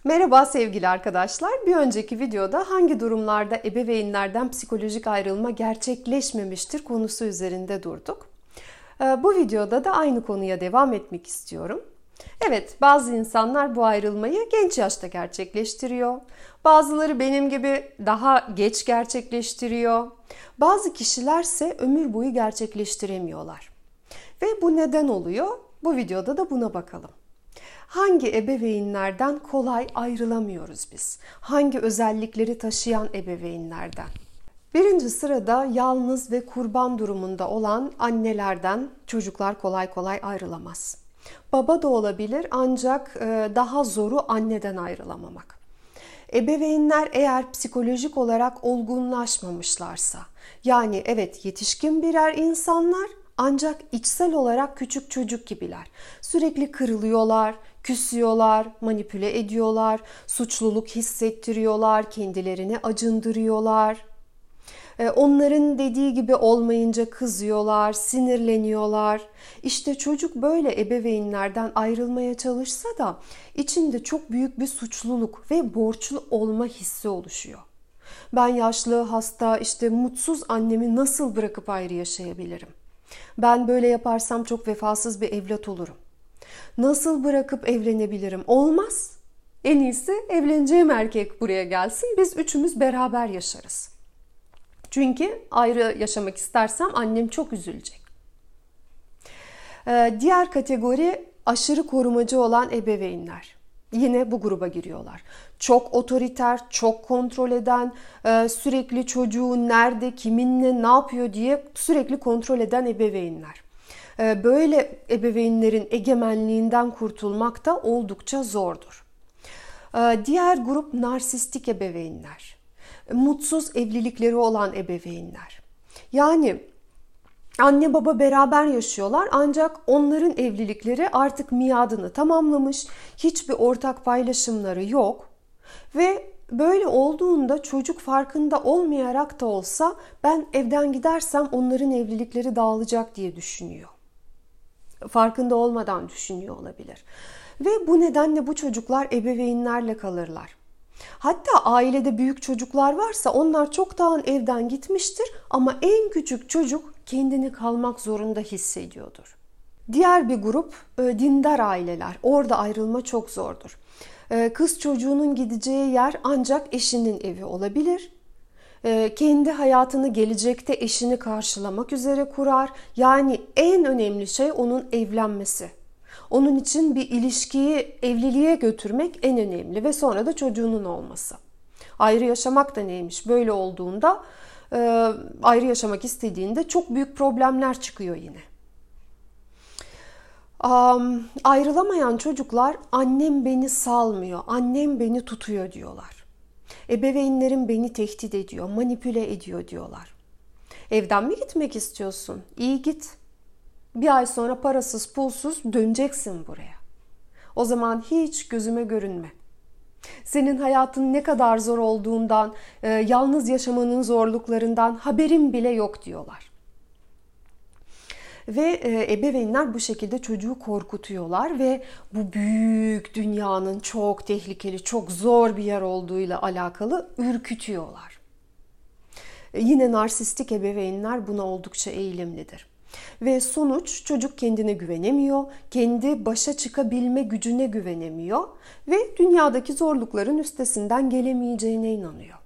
Merhaba sevgili arkadaşlar. Bir önceki videoda hangi durumlarda ebeveynlerden psikolojik ayrılma gerçekleşmemiştir konusu üzerinde durduk. Bu videoda da aynı konuya devam etmek istiyorum. Evet, bazı insanlar bu ayrılmayı genç yaşta gerçekleştiriyor. Bazıları benim gibi daha geç gerçekleştiriyor. Bazı kişilerse ömür boyu gerçekleştiremiyorlar. Ve bu neden oluyor? Bu videoda da buna bakalım. Hangi ebeveynlerden kolay ayrılamıyoruz biz? Hangi özellikleri taşıyan ebeveynlerden? Birinci sırada yalnız ve kurban durumunda olan annelerden çocuklar kolay kolay ayrılamaz. Baba da olabilir ancak daha zoru anneden ayrılamamak. Ebeveynler eğer psikolojik olarak olgunlaşmamışlarsa, yani evet yetişkin birer insanlar ancak içsel olarak küçük çocuk gibiler. Sürekli kırılıyorlar, küsüyorlar, manipüle ediyorlar, suçluluk hissettiriyorlar, kendilerini acındırıyorlar. Onların dediği gibi olmayınca kızıyorlar, sinirleniyorlar. İşte çocuk böyle ebeveynlerden ayrılmaya çalışsa da içinde çok büyük bir suçluluk ve borçlu olma hissi oluşuyor. Ben yaşlı, hasta, mutsuz annemi nasıl bırakıp ayrı yaşayabilirim? Ben böyle yaparsam çok vefasız bir evlat olurum. Nasıl bırakıp evlenebilirim? Olmaz. En iyisi evleneceğim erkek buraya gelsin. Biz üçümüz beraber yaşarız. Çünkü ayrı yaşamak istersem annem çok üzülecek. Diğer kategori aşırı korumacı olan ebeveynler. Yine bu gruba giriyorlar. Çok otoriter, çok kontrol eden, sürekli çocuğu nerede, kiminle, ne yapıyor diye sürekli kontrol eden ebeveynler. Böyle ebeveynlerin egemenliğinden kurtulmak da oldukça zordur. Diğer grup narsistik ebeveynler. Mutsuz evlilikleri olan ebeveynler. Yani anne baba beraber yaşıyorlar ancak onların evlilikleri artık miadını tamamlamış, hiçbir ortak paylaşımları yok ve böyle olduğunda çocuk farkında olmayarak da olsa ben evden gidersem onların evlilikleri dağılacak diye düşünüyor. Farkında olmadan düşünüyor olabilir. Ve bu nedenle bu çocuklar ebeveynlerle kalırlar. Hatta ailede büyük çocuklar varsa onlar çoktan evden gitmiştir ama en küçük çocuk kendini kalmak zorunda hissediyordur. Diğer bir grup dindar aileler. Orada ayrılma çok zordur. Kız çocuğunun gideceği yer ancak eşinin evi olabilir. Kendi hayatını gelecekte eşini karşılamak üzere kurar. Yani en önemli şey onun evlenmesi. Onun için bir ilişkiyi evliliğe götürmek en önemli ve sonra da çocuğunun olması. Ayrı yaşamak da neymiş? Böyle olduğunda ayrı yaşamak istediğinde çok büyük problemler çıkıyor yine. Ayrılamayan çocuklar annem beni salmıyor, annem beni tutuyor diyorlar. Ebeveynlerim beni tehdit ediyor, manipüle ediyor diyorlar. Evden mi gitmek istiyorsun? İyi git. Bir ay sonra parasız pulsuz döneceksin buraya. O zaman hiç gözüme görünme. Senin hayatın ne kadar zor olduğundan, yalnız yaşamanın zorluklarından haberin bile yok diyorlar. Ve ebeveynler bu şekilde çocuğu korkutuyorlar ve bu büyük dünyanın çok tehlikeli, çok zor bir yer olduğuyla alakalı ürkütüyorlar. Yine narsistik ebeveynler buna oldukça eğilimlidir. Ve sonuç çocuk kendine güvenemiyor, kendi başa çıkabilme gücüne güvenemiyor ve dünyadaki zorlukların üstesinden gelemeyeceğine inanıyor.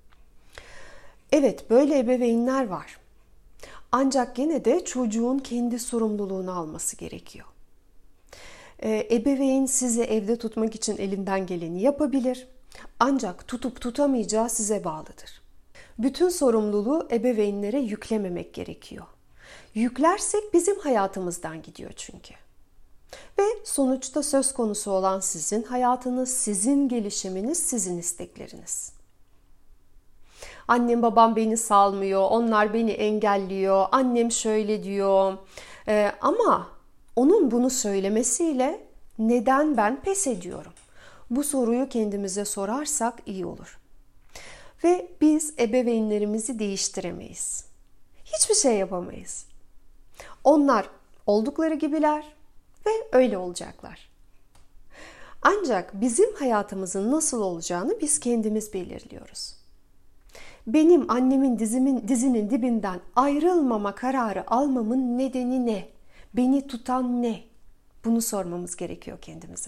Evet, böyle ebeveynler var. Ancak gene de çocuğun kendi sorumluluğunu alması gerekiyor. Ebeveyn sizi evde tutmak için elinden geleni yapabilir. Ancak tutup tutamayacağı size bağlıdır. Bütün sorumluluğu ebeveynlere yüklememek gerekiyor. Yüklersek bizim hayatımızdan gidiyor çünkü. Ve sonuçta söz konusu olan sizin hayatınız, sizin gelişiminiz, sizin istekleriniz. Annem babam beni salmıyor, onlar beni engelliyor, annem şöyle diyor. Ama onun bunu söylemesiyle neden ben pes ediyorum? Bu soruyu kendimize sorarsak iyi olur. Ve biz ebeveynlerimizi değiştiremeyiz. Hiçbir şey yapamayız. Onlar oldukları gibiler ve öyle olacaklar. Ancak bizim hayatımızın nasıl olacağını biz kendimiz belirliyoruz. Benim annemin dizinin dibinden ayrılmama kararı almamın nedeni ne? Beni tutan ne? Bunu sormamız gerekiyor kendimize.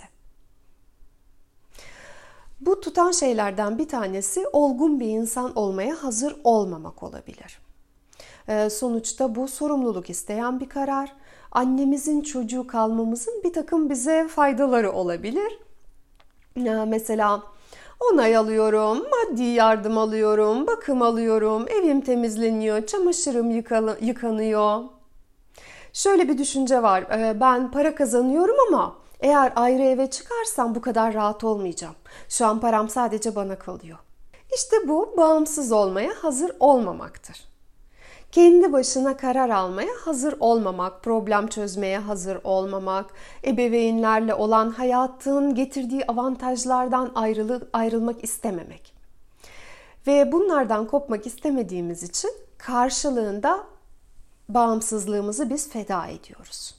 Bu tutan şeylerden bir tanesi olgun bir insan olmaya hazır olmamak olabilir. Sonuçta bu sorumluluk isteyen bir karar. Annemizin çocuğu kalmamızın bir takım bize faydaları olabilir. Mesela onay alıyorum, maddi yardım alıyorum, bakım alıyorum, evim temizleniyor, çamaşırım yıkanıyor. Şöyle bir düşünce var, ben para kazanıyorum ama eğer ayrı eve çıkarsam bu kadar rahat olmayacağım. Şu an param sadece bana kalıyor. İşte bu bağımsız olmaya hazır olmamaktır. Kendi başına karar almaya hazır olmamak, problem çözmeye hazır olmamak, ebeveynlerle olan hayatın getirdiği avantajlardan ayrılmak istememek. Ve bunlardan kopmak istemediğimiz için karşılığında bağımsızlığımızı biz feda ediyoruz.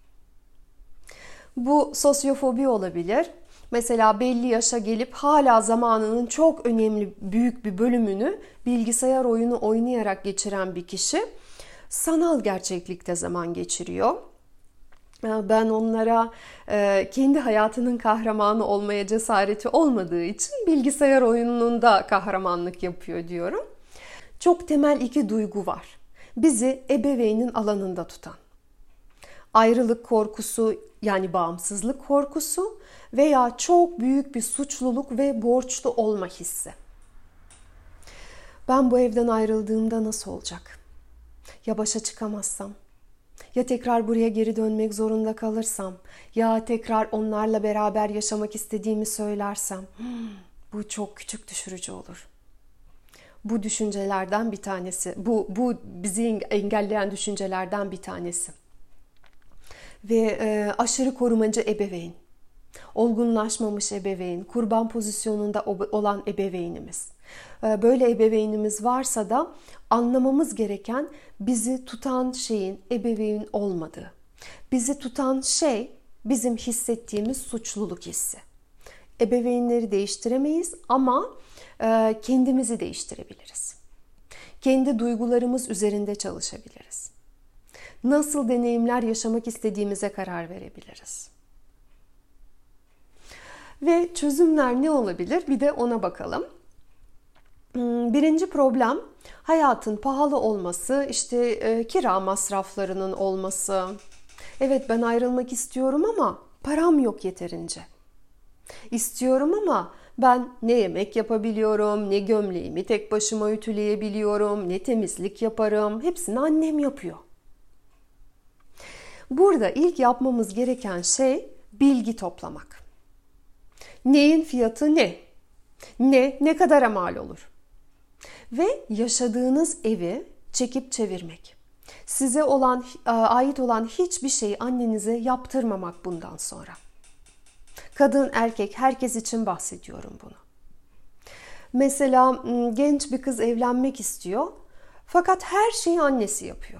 Bu sosyofobi olabilir. Mesela belli yaşa gelip hala zamanının çok önemli büyük bir bölümünü bilgisayar oyunu oynayarak geçiren bir kişi sanal gerçeklikte zaman geçiriyor. Ben onlara kendi hayatının kahramanı olmaya cesareti olmadığı için bilgisayar oyununda kahramanlık yapıyor diyorum. Çok temel iki duygu var. Bizi ebeveynin alanında tutan. Ayrılık korkusu, yani bağımsızlık korkusu veya çok büyük bir suçluluk ve borçlu olma hissi. Ben bu evden ayrıldığımda nasıl olacak? Ya başa çıkamazsam? Ya tekrar buraya geri dönmek zorunda kalırsam? Ya tekrar onlarla beraber yaşamak istediğimi söylersem? Bu çok küçük düşürücü olur. Bu düşüncelerden bir tanesi. Bu bizi engelleyen düşüncelerden bir tanesi. Ve aşırı korumacı ebeveyn, olgunlaşmamış ebeveyn, kurban pozisyonunda olan ebeveynimiz. Böyle ebeveynimiz varsa da anlamamız gereken bizi tutan şeyin ebeveyn olmadığı. Bizi tutan şey bizim hissettiğimiz suçluluk hissi. Ebeveynleri değiştiremeyiz ama kendimizi değiştirebiliriz. Kendi duygularımız üzerinde çalışabiliriz. Nasıl deneyimler yaşamak istediğimize karar verebiliriz. Ve çözümler ne olabilir? Bir de ona bakalım. Birinci problem hayatın pahalı olması, işte kira masraflarının olması. Evet, ben ayrılmak istiyorum ama param yok yeterince. İstiyorum ama ben ne yemek yapabiliyorum, ne gömleğimi tek başıma ütüleyebiliyorum, ne temizlik yaparım. Hepsini annem yapıyor. Burada ilk yapmamız gereken şey bilgi toplamak. Neyin fiyatı ne? Ne kadara mal olur? Ve yaşadığınız evi çekip çevirmek. Size ait olan hiçbir şeyi annenize yaptırmamak bundan sonra. Kadın, erkek, herkes için bahsediyorum bunu. Mesela genç bir kız evlenmek istiyor. Fakat her şeyi annesi yapıyor.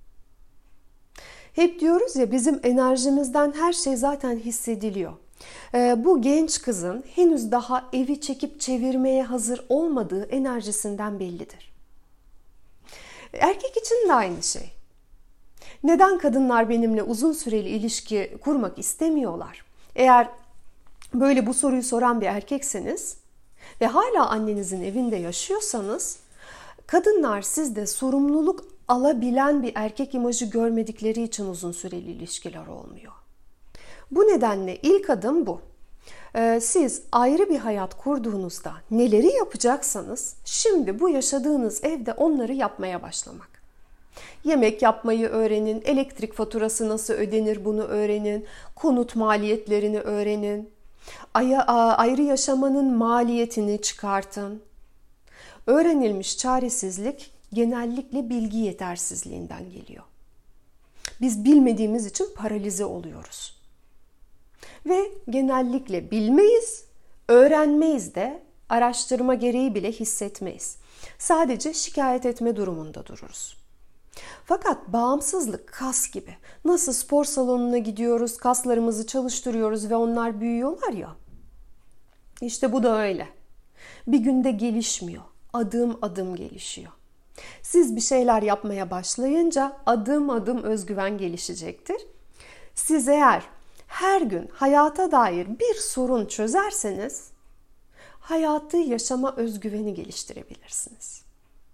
Hep diyoruz ya, bizim enerjimizden her şey zaten hissediliyor. Bu genç kızın henüz daha evi çekip çevirmeye hazır olmadığı enerjisinden bellidir. Erkek için de aynı şey. Neden kadınlar benimle uzun süreli ilişki kurmak istemiyorlar? Eğer böyle bu soruyu soran bir erkekseniz ve hala annenizin evinde yaşıyorsanız, kadınlar sizde sorumluluk alabilen bir erkek imajı görmedikleri için uzun süreli ilişkiler olmuyor. Bu nedenle ilk adım bu. Siz ayrı bir hayat kurduğunuzda neleri yapacaksanız şimdi bu yaşadığınız evde onları yapmaya başlamak. Yemek yapmayı öğrenin, elektrik faturası nasıl ödenir bunu öğrenin, konut maliyetlerini öğrenin, ayrı yaşamanın maliyetini çıkartın. Öğrenilmiş çaresizlik genellikle bilgi yetersizliğinden geliyor. Biz bilmediğimiz için paralize oluyoruz. Ve genellikle bilmeyiz, öğrenmeyiz de, araştırma gereği bile hissetmeyiz. Sadece şikayet etme durumunda dururuz. Fakat bağımsızlık kas gibi. Nasıl spor salonuna gidiyoruz, kaslarımızı çalıştırıyoruz ve onlar büyüyorlar ya. İşte bu da öyle. Bir günde gelişmiyor. Adım adım gelişiyor. Siz bir şeyler yapmaya başlayınca adım adım özgüven gelişecektir. Siz eğer her gün hayata dair bir sorun çözerseniz hayatı yaşama özgüveni geliştirebilirsiniz.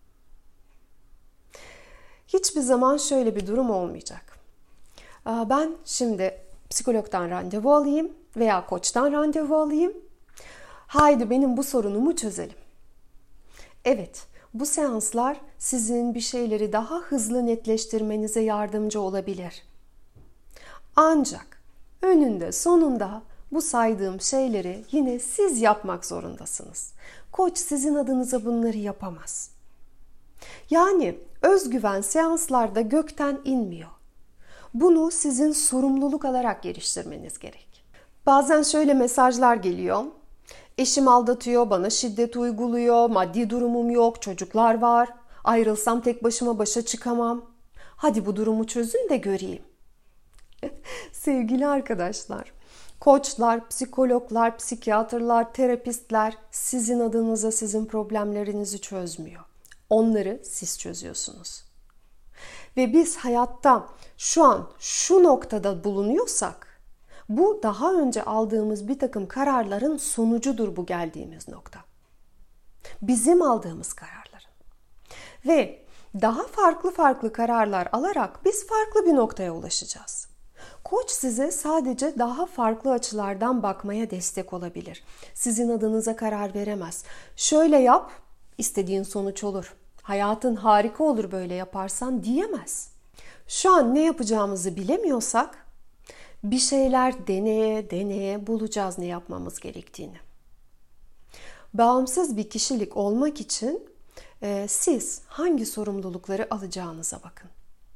Hiçbir zaman şöyle bir durum olmayacak. Ben şimdi psikologdan randevu alayım veya koçtan randevu alayım. Haydi benim bu sorunumu çözelim. Evet, bu seanslar sizin bir şeyleri daha hızlı netleştirmenize yardımcı olabilir. Ancak önünde sonunda bu saydığım şeyleri yine siz yapmak zorundasınız. Koç sizin adınıza bunları yapamaz. Yani özgüven seanslarda gökten inmiyor. Bunu sizin sorumluluk alarak geliştirmeniz gerek. Bazen şöyle mesajlar geliyor. Eşim aldatıyor, bana şiddet uyguluyor, maddi durumum yok, çocuklar var. Ayrılsam tek başıma başa çıkamam. Hadi bu durumu çözün de göreyim. Sevgili arkadaşlar, koçlar, psikologlar, psikiyatrlar, terapistler sizin adınıza sizin problemlerinizi çözmüyor. Onları siz çözüyorsunuz. Ve biz hayatta şu an şu noktada bulunuyorsak, bu daha önce aldığımız bir takım kararların sonucudur bu geldiğimiz nokta. Bizim aldığımız kararların. Ve daha farklı kararlar alarak biz farklı bir noktaya ulaşacağız. Koç size sadece daha farklı açılardan bakmaya destek olabilir. Sizin adınıza karar veremez. Şöyle yap, istediğin sonuç olur. Hayatın harika olur böyle yaparsan diyemez. Şu an ne yapacağımızı bilemiyorsak bir şeyler deneye bulacağız ne yapmamız gerektiğini. Bağımsız bir kişilik olmak için siz hangi sorumlulukları alacağınıza bakın.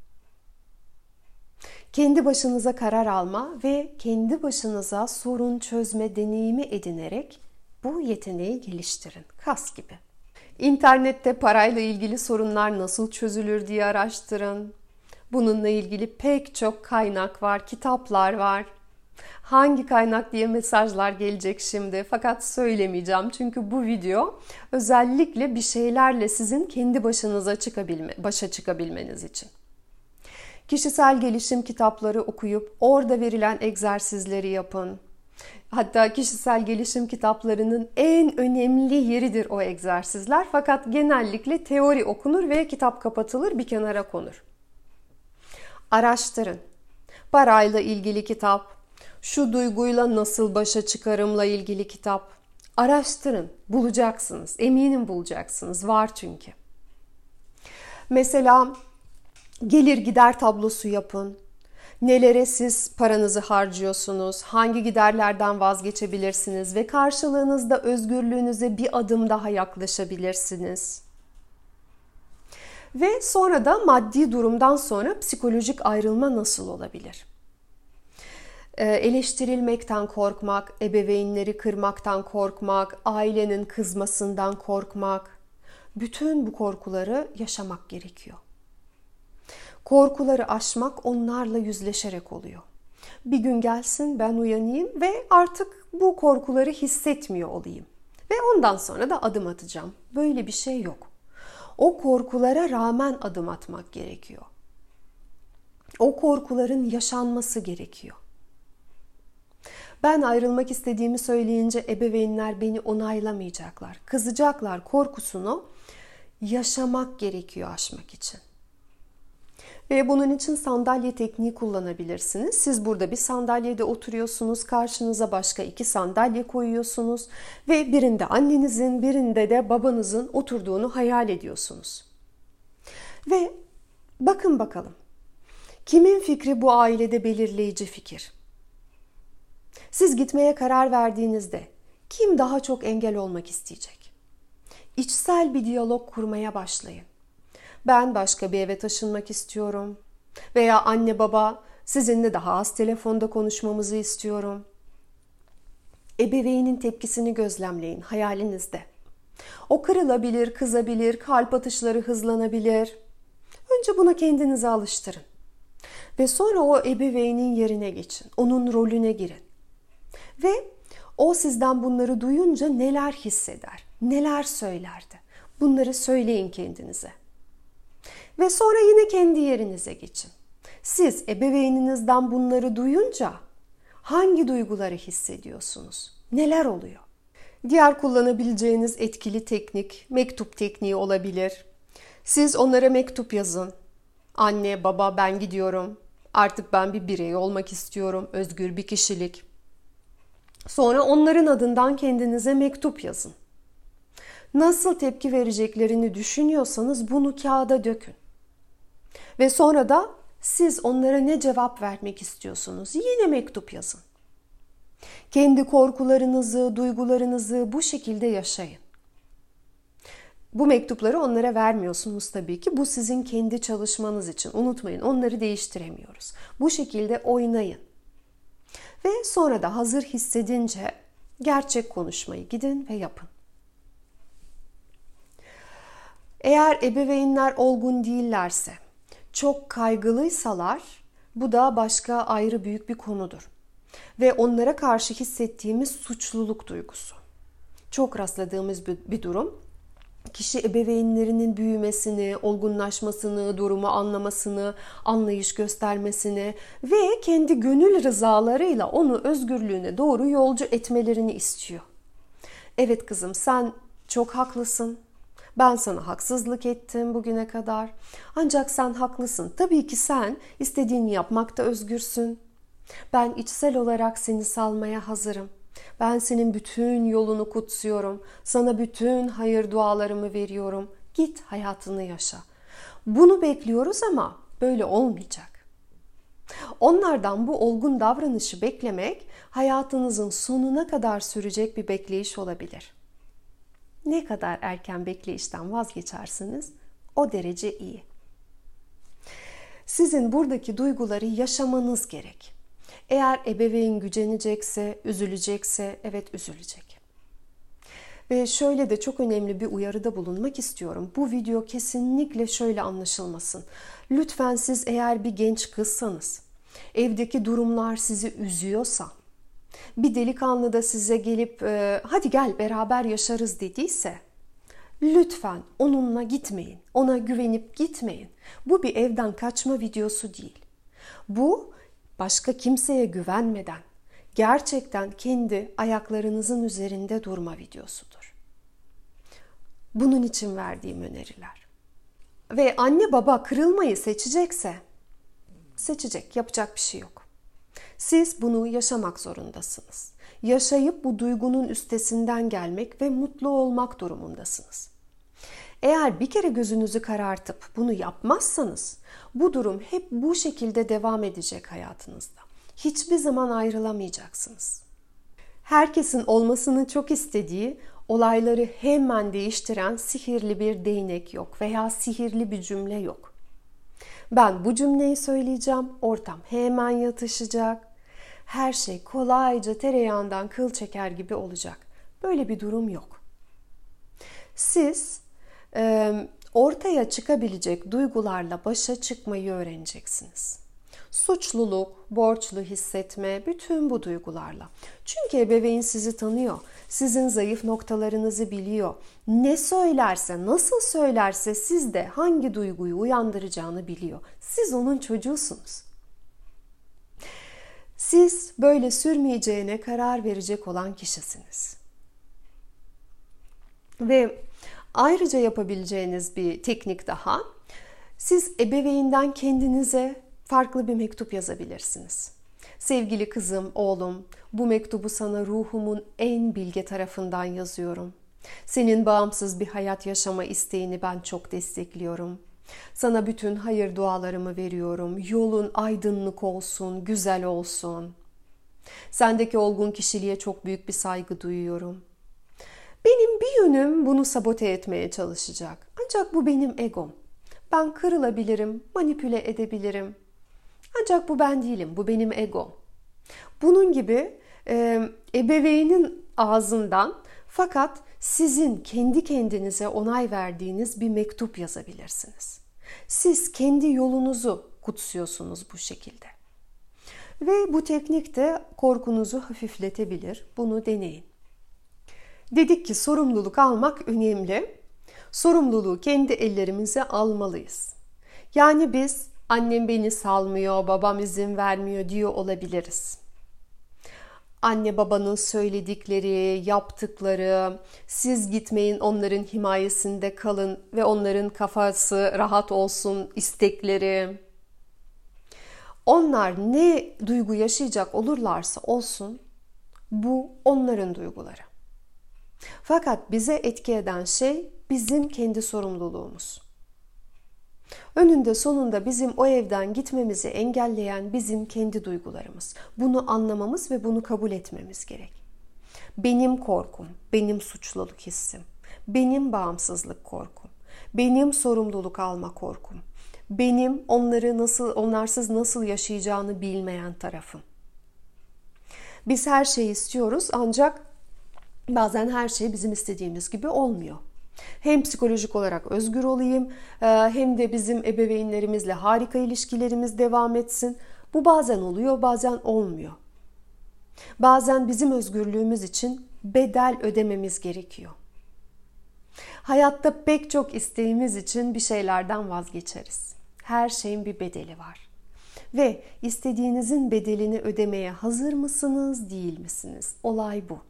Kendi başınıza karar alma ve kendi başınıza sorun çözme deneyimi edinerek bu yeteneği geliştirin. Kas gibi. İnternette parayla ilgili sorunlar nasıl çözülür diye araştırın. Bununla ilgili pek çok kaynak var, kitaplar var. Hangi kaynak diye mesajlar gelecek şimdi fakat söylemeyeceğim. Çünkü bu video özellikle bir şeylerle sizin kendi başa çıkabilmeniz için. Kişisel gelişim kitapları okuyup orada verilen egzersizleri yapın. Hatta kişisel gelişim kitaplarının en önemli yeridir o egzersizler. Fakat genellikle teori okunur ve kitap kapatılır, bir kenara konur. Araştırın. Parayla ilgili kitap, şu duyguyla nasıl başa çıkarımla ilgili kitap. Araştırın, bulacaksınız. Eminim bulacaksınız, var çünkü. Mesela gelir gider tablosu yapın. Nelere siz paranızı harcıyorsunuz, hangi giderlerden vazgeçebilirsiniz ve karşılığınızda özgürlüğünüze bir adım daha yaklaşabilirsiniz. Ve sonra da maddi durumdan sonra psikolojik ayrılma nasıl olabilir? Eleştirilmekten korkmak, ebeveynleri kırmaktan korkmak, ailenin kızmasından korkmak, bütün bu korkuları yaşamak gerekiyor. Korkuları aşmak onlarla yüzleşerek oluyor. Bir gün gelsin ben uyanayım ve artık bu korkuları hissetmiyor olayım. Ve ondan sonra da adım atacağım. Böyle bir şey yok. O korkulara rağmen adım atmak gerekiyor. O korkuların yaşanması gerekiyor. Ben ayrılmak istediğimi söyleyince ebeveynler beni onaylamayacaklar. Kızacaklar, korkusunu yaşamak gerekiyor aşmak için. Ve bunun için sandalye tekniği kullanabilirsiniz. Siz burada bir sandalyede oturuyorsunuz, karşınıza başka 2 sandalye koyuyorsunuz ve birinde annenizin, birinde de babanızın oturduğunu hayal ediyorsunuz. Ve bakın bakalım, kimin fikri bu ailede belirleyici fikir? Siz gitmeye karar verdiğinizde kim daha çok engel olmak isteyecek? İçsel bir diyalog kurmaya başlayın. Ben başka bir eve taşınmak istiyorum. Veya anne baba sizinle daha az telefonda konuşmamızı istiyorum. Ebeveynin tepkisini gözlemleyin hayalinizde. O kırılabilir, kızabilir, kalp atışları hızlanabilir. Önce buna kendinizi alıştırın. Ve sonra o ebeveynin yerine geçin. Onun rolüne girin. Ve o sizden bunları duyunca neler hisseder, neler söylerdi? Bunları söyleyin kendinize. Ve sonra yine kendi yerinize geçin. Siz ebeveyninizden bunları duyunca hangi duyguları hissediyorsunuz? Neler oluyor? Diğer kullanabileceğiniz etkili teknik, mektup tekniği olabilir. Siz onlara mektup yazın. Anne, baba, ben gidiyorum. Artık ben bir birey olmak istiyorum. Özgür bir kişilik. Sonra onların adından kendinize mektup yazın. Nasıl tepki vereceklerini düşünüyorsanız bunu kağıda dökün. Ve sonra da siz onlara ne cevap vermek istiyorsunuz? Yine mektup yazın. Kendi korkularınızı, duygularınızı bu şekilde yaşayın. Bu mektupları onlara vermiyorsunuz tabii ki. Bu sizin kendi çalışmanız için. Unutmayın, onları değiştiremiyoruz. Bu şekilde oynayın. Ve sonra da hazır hissedince gerçek konuşmayı gidin ve yapın. Eğer ebeveynler olgun değillerse, çok kaygılıysalar, bu da başka ayrı büyük bir konudur. Ve onlara karşı hissettiğimiz suçluluk duygusu. Çok rastladığımız bir durum. Kişi ebeveynlerinin büyümesini, olgunlaşmasını, durumu anlamasını, anlayış göstermesini ve kendi gönül rızalarıyla onu özgürlüğüne doğru yolcu etmelerini istiyor. Evet kızım, sen çok haklısın. Ben sana haksızlık ettim bugüne kadar. Ancak sen haklısın. Tabii ki sen istediğini yapmakta özgürsün. Ben içsel olarak seni salmaya hazırım. Ben senin bütün yolunu kutsuyorum. Sana bütün hayır dualarımı veriyorum. Git hayatını yaşa. Bunu bekliyoruz ama böyle olmayacak. Onlardan bu olgun davranışı beklemek hayatınızın sonuna kadar sürecek bir bekleyiş olabilir. Ne kadar erken bekleyişten vazgeçersiniz, o derece iyi. Sizin buradaki duyguları yaşamanız gerek. Eğer ebeveyn gücenecekse, üzülecekse, evet üzülecek. Ve şöyle de çok önemli bir uyarıda bulunmak istiyorum. Bu video kesinlikle şöyle anlaşılmasın. Lütfen siz eğer bir genç kızsanız, evdeki durumlar sizi üzüyorsa, bir delikanlı da size gelip hadi gel beraber yaşarız dediyse, lütfen onunla gitmeyin, ona güvenip gitmeyin. Bu bir evden kaçma videosu değil. Bu başka kimseye güvenmeden gerçekten kendi ayaklarınızın üzerinde durma videosudur. Bunun için verdiğim öneriler. Ve anne baba kırılmayı seçecekse, seçecek, yapacak bir şey yok. Siz bunu yaşamak zorundasınız. Yaşayıp bu duygunun üstesinden gelmek ve mutlu olmak durumundasınız. Eğer bir kere gözünüzü karartıp bunu yapmazsanız, bu durum hep bu şekilde devam edecek hayatınızda. Hiçbir zaman ayrılamayacaksınız. Herkesin olmasını çok istediği, olayları hemen değiştiren sihirli bir değnek yok veya sihirli bir cümle yok. Ben bu cümleyi söyleyeceğim, ortam hemen yatışacak. Her şey kolayca tereyağından kıl çeker gibi olacak. Böyle bir durum yok. Siz ortaya çıkabilecek duygularla başa çıkmayı öğreneceksiniz. Suçluluk, borçlu hissetme, bütün bu duygularla. Çünkü ebeveyn sizi tanıyor. Sizin zayıf noktalarınızı biliyor. Ne söylerse, nasıl söylerse sizde hangi duyguyu uyandıracağını biliyor. Siz onun çocuğusunuz. Siz böyle sürmeyeceğine karar verecek olan kişisiniz. Ve ayrıca yapabileceğiniz bir teknik daha. Siz ebeveynden kendinize farklı bir mektup yazabilirsiniz. Sevgili kızım, oğlum, bu mektubu sana ruhumun en bilge tarafından yazıyorum. Senin bağımsız bir hayat yaşama isteğini ben çok destekliyorum. Sana bütün hayır dualarımı veriyorum. Yolun aydınlık olsun, güzel olsun. Sendeki olgun kişiliğe çok büyük bir saygı duyuyorum. Benim bir yönüm bunu sabote etmeye çalışacak. Ancak bu benim egom. Ben kırılabilirim, manipüle edebilirim. Ancak bu ben değilim, bu benim egom. Bunun gibi ebeveynin ağzından fakat sizin kendi kendinize onay verdiğiniz bir mektup yazabilirsiniz. Siz kendi yolunuzu kutsuyorsunuz bu şekilde. Ve bu teknik de korkunuzu hafifletebilir. Bunu deneyin. Dedik ki sorumluluk almak önemli. Sorumluluğu kendi ellerimize almalıyız. Yani biz annem beni salmıyor, babam izin vermiyor diyor olabiliriz. Anne babanın söyledikleri, yaptıkları, siz gitmeyin onların himayesinde kalın ve onların kafası rahat olsun istekleri. Onlar ne duygu yaşayacak olurlarsa olsun bu onların duyguları. Fakat bize etki eden şey bizim kendi sorumluluğumuz. Önünde sonunda bizim o evden gitmemizi engelleyen bizim kendi duygularımız. Bunu anlamamız ve bunu kabul etmemiz gerek. Benim korkum, benim suçluluk hissim, benim bağımsızlık korkum, benim sorumluluk alma korkum, benim onlarsız nasıl yaşayacağını bilmeyen tarafım. Biz her şeyi istiyoruz ancak bazen her şey bizim istediğimiz gibi olmuyor. Hem psikolojik olarak özgür olayım hem de bizim ebeveynlerimizle harika ilişkilerimiz devam etsin. Bu bazen oluyor, bazen olmuyor. Bazen bizim özgürlüğümüz için bedel ödememiz gerekiyor. Hayatta pek çok isteğimiz için bir şeylerden vazgeçeriz. Her şeyin bir bedeli var. Ve istediğinizin bedelini ödemeye hazır mısınız, değil misiniz? Olay bu.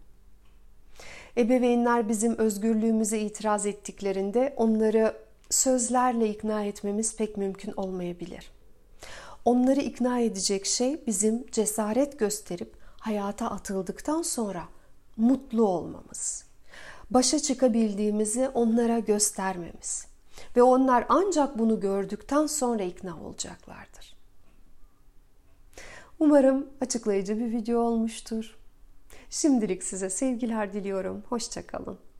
Ebeveynler bizim özgürlüğümüze itiraz ettiklerinde onları sözlerle ikna etmemiz pek mümkün olmayabilir. Onları ikna edecek şey bizim cesaret gösterip hayata atıldıktan sonra mutlu olmamız. Başa çıkabildiğimizi onlara göstermemiz. Ve onlar ancak bunu gördükten sonra ikna olacaklardır. Umarım açıklayıcı bir video olmuştur. Şimdilik size sevgiler diliyorum. Hoşça kalın.